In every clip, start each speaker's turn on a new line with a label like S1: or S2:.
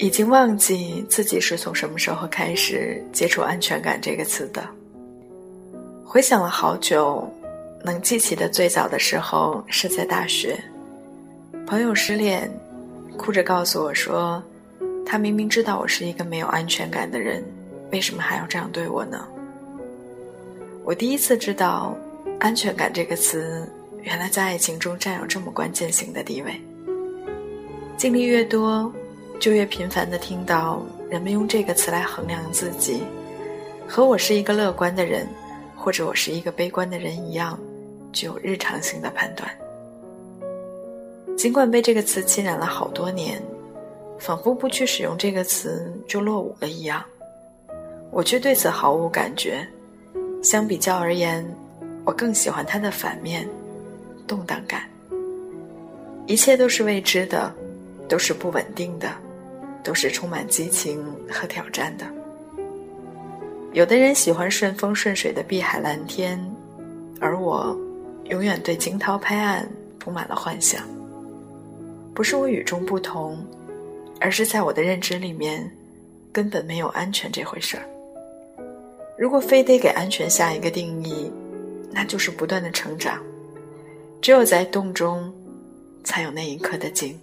S1: 已经忘记自己是从什么时候开始接触安全感这个词的。回想了好久，能记起的最早的时候是在大学，朋友失恋，哭着告诉我说，他明明知道我是一个没有安全感的人，为什么还要这样对我呢？我第一次知道安全感这个词原来在爱情中占有这么关键性的地位。经历越多，就越频繁地听到人们用这个词来衡量自己，和我是一个乐观的人或者我是一个悲观的人一样，具有日常性的判断。尽管被这个词浸染了好多年，仿佛不去使用这个词就落伍了一样，我却对此毫无感觉。相比较而言，我更喜欢它的反面，动荡感。一切都是未知的，都是不稳定的，都是充满激情和挑战的。有的人喜欢顺风顺水的碧海蓝天，而我永远对惊涛拍岸布满了幻想。不是我与众不同，而是在我的认知里面根本没有安全这回事儿。如果非得给安全下一个定义，那就是不断的成长。只有在动中，才有那一刻的静。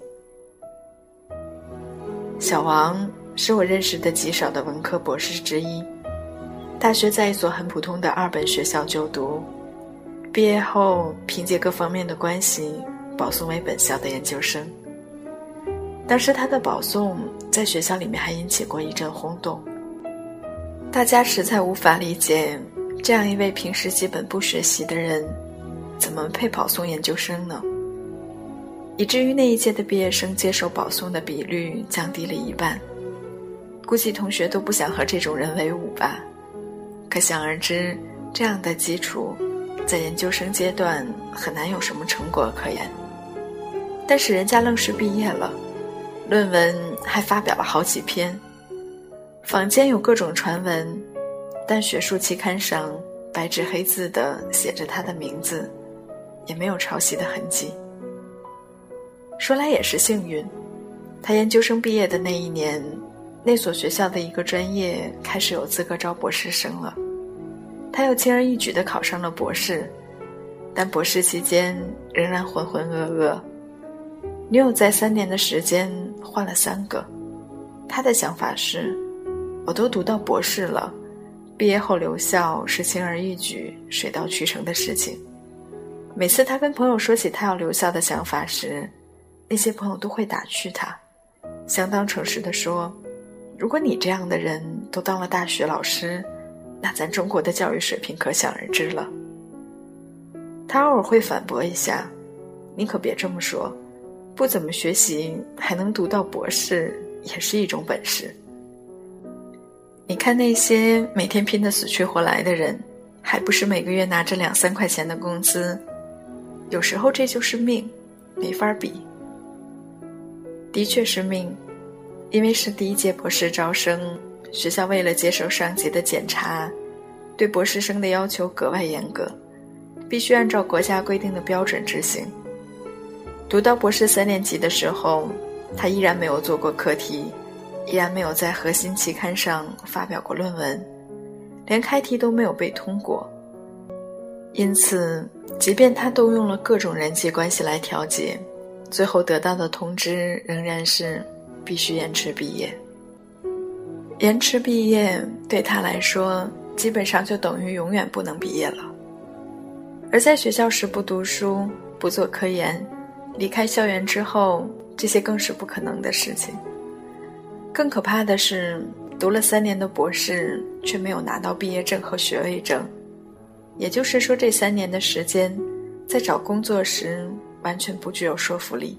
S1: 小王是我认识的极少的文科博士之一，大学在一所很普通的二本学校就读，毕业后凭借各方面的关系保送为本校的研究生。当时他的保送在学校里面还引起过一阵轰动，大家实在无法理解这样一位平时基本不学习的人怎么配保送研究生呢？以至于那一届的毕业生接受保送的比率降低了一半，估计同学都不想和这种人为伍吧。可想而知，这样的基础在研究生阶段很难有什么成果可言。但是人家愣是毕业了，论文还发表了好几篇，坊间有各种传闻，但学术期刊上白纸黑字地写着他的名字，也没有抄袭的痕迹。说来也是幸运，他研究生毕业的那一年，那所学校的一个专业开始有资格招博士生了，他又轻而易举地考上了博士，但博士期间仍然浑浑噩噩。女友在3年的时间换了3个，他的想法是，我都读到博士了，毕业后留校是轻而易举、水到渠成的事情。每次他跟朋友说起他要留校的想法时，那些朋友都会打趣他，相当诚实地说，如果你这样的人都当了大学老师，那咱中国的教育水平可想而知了。他偶尔会反驳一下，你可别这么说，不怎么学习还能读到博士也是一种本事。你看那些每天拼得死去活来的人，还不是每个月拿着2-3块钱的工资？有时候这就是命，没法比。的确是命，因为是第一届博士招生，学校为了接受上级的检查，对博士生的要求格外严格，必须按照国家规定的标准执行。读到博士3年级的时候，他依然没有做过课题，依然没有在核心期刊上发表过论文，连开题都没有被通过。因此，即便他动用了各种人际关系来调节，最后得到的通知仍然是必须延迟毕业。延迟毕业对他来说，基本上就等于永远不能毕业了。而在学校时不读书，不做科研，离开校园之后，这些更是不可能的事情。更可怕的是，读了3年的博士，却没有拿到毕业证和学位证。也就是说，这3年的时间，在找工作时完全不具有说服力。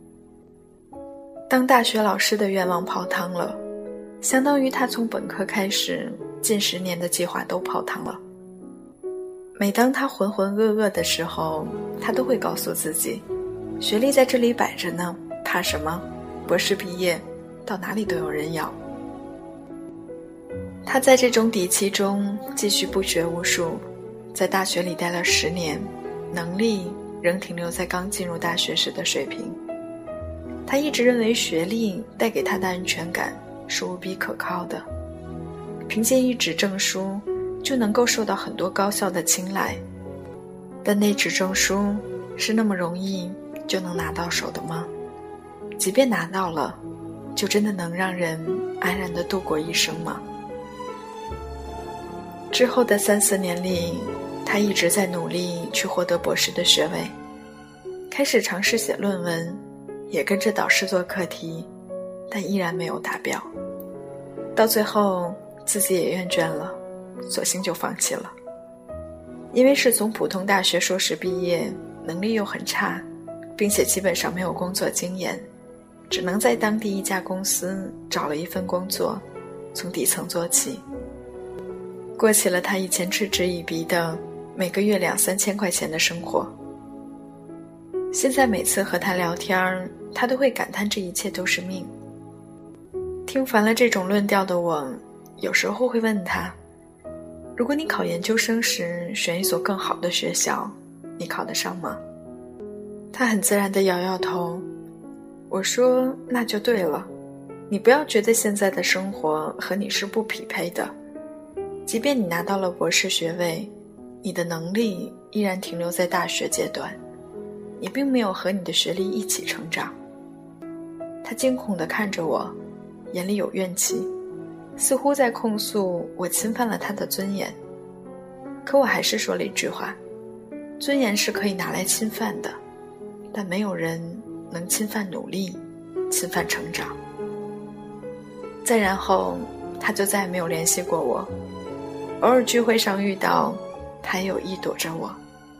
S1: 当大学老师的愿望泡汤了，相当于他从本科开始近10年的计划都泡汤了。每当他浑浑噩噩的时候，他都会告诉自己，学历在这里摆着呢，怕什么？博士毕业，到哪里都有人要。他在这种底气中继续不学无术，在大学里待了10年，能力仍停留在刚进入大学时的水平。 他一直认为学历带给他的安全感是无比可靠的，凭借一纸证书就能够受到很多高校的青睐。但那纸证书是那么容易就能拿到手的吗？即便拿到了，就真的能让人安然地度过一生吗？之后的3-4年里，他一直在努力去获得博士的学位，开始尝试写论文，也跟着导师做课题，但依然没有达标。到最后自己也厌倦了，索性就放弃了。因为是从普通大学硕士毕业，能力又很差，并且基本上没有工作经验，只能在当地一家公司找了一份工作，从底层做起，过起了他以前嗤之以鼻的每个月2-3千块钱的生活。现在每次和他聊天，他都会感叹这一切都是命。听烦了这种论调的我，有时候会问他，如果你考研究生时选一所更好的学校，你考得上吗？他很自然地摇摇头。我说那就对了，你不要觉得现在的生活和你是不匹配的，即便你拿到了博士学位，你的能力依然停留在大学阶段，你并没有和你的学历一起成长。他惊恐地看着我，眼里有怨气，似乎在控诉我侵犯了他的尊严。可我还是说了一句话，尊严是可以拿来侵犯的，但没有人能侵犯努力，侵犯成长。再然后他就再也没有联系过我，偶尔聚会上遇到，他也有意躲着我。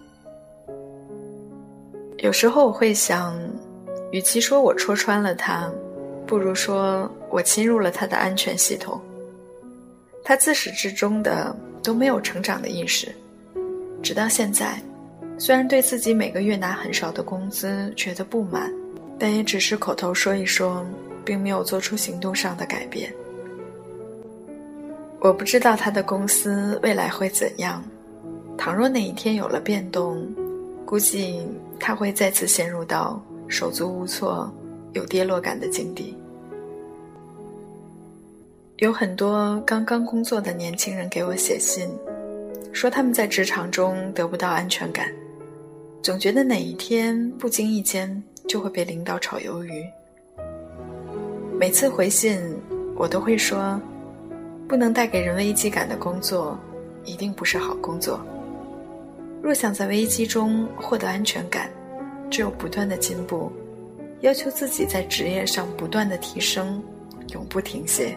S1: 有时候我会想，与其说我戳穿了他，不如说我侵入了他的安全系统。他自始至终的都没有成长的意识，直到现在，虽然对自己每个月拿很少的工资觉得不满，但也只是口头说一说，并没有做出行动上的改变。我不知道他的公司未来会怎样，倘若哪一天有了变动，估计他会再次陷入到手足无措、有跌落感的境地。有很多刚刚工作的年轻人给我写信，说他们在职场中得不到安全感，总觉得哪一天不经意间就会被领导炒鱿鱼。每次回信我都会说，不能带给人危机感的工作一定不是好工作。若想在危机中获得安全感，只有不断的进步，要求自己在职业上不断的提升，永不停歇。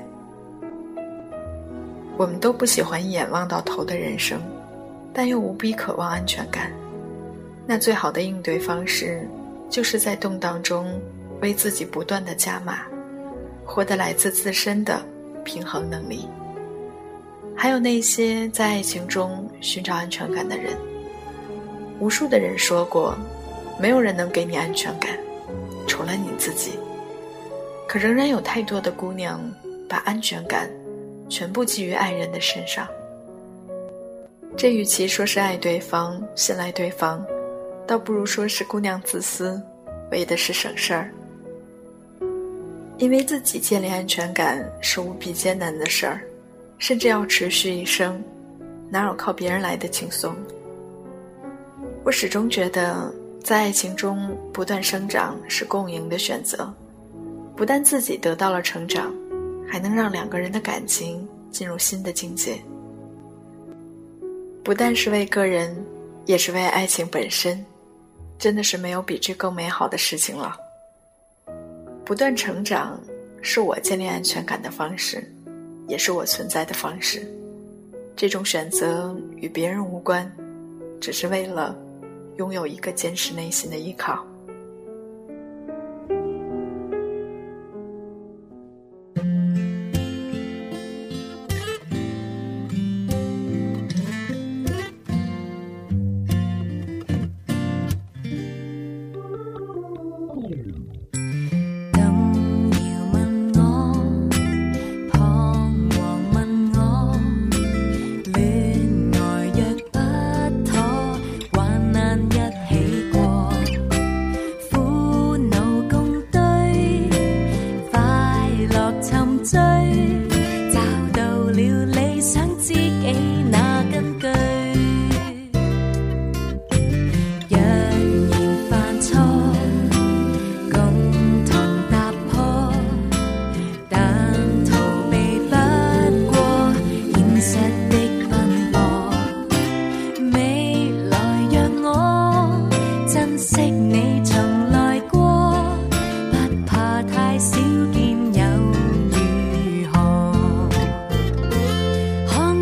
S1: 我们都不喜欢一眼望到头的人生，但又无比渴望安全感。那最好的应对方式，就是在动荡中为自己不断的加码，获得来自自身的平衡能力。还有那些在爱情中寻找安全感的人，无数的人说过，没有人能给你安全感，除了你自己。可仍然有太多的姑娘把安全感全部寄于爱人的身上。这与其说是爱对方、信赖对方，倒不如说是姑娘自私，为的是省事儿。因为自己建立安全感是无比艰难的事儿，甚至要持续一生，哪有靠别人来的轻松？我始终觉得，在爱情中不断生长是共赢的选择，不但自己得到了成长，还能让两个人的感情进入新的境界。不但是为个人，也是为爱情本身，真的是没有比这更美好的事情了。不断成长是我建立安全感的方式，也是我存在的方式。这种选择与别人无关，只是为了拥有一个坚实内心的依靠。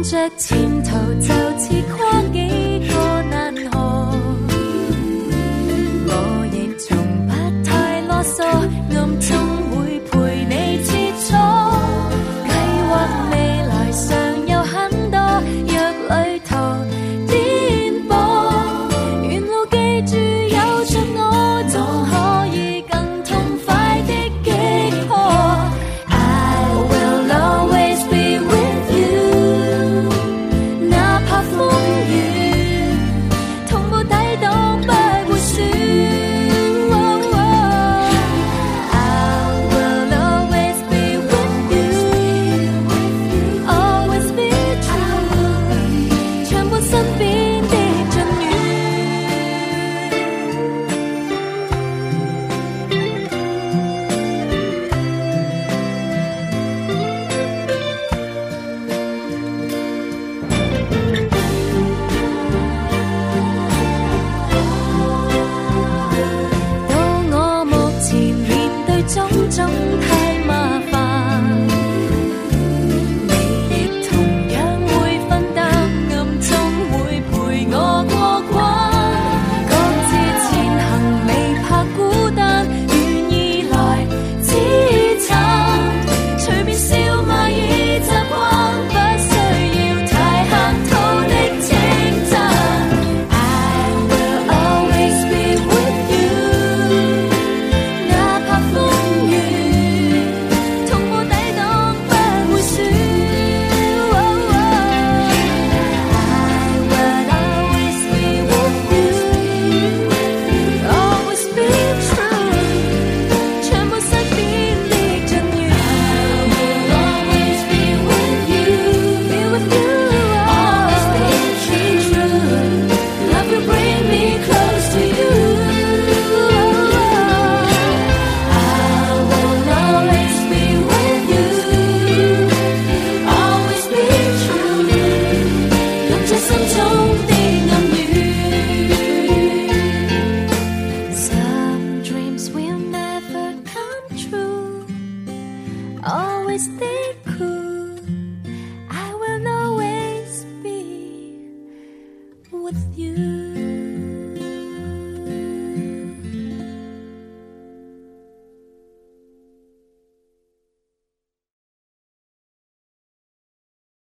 S2: 着前途就似跨境。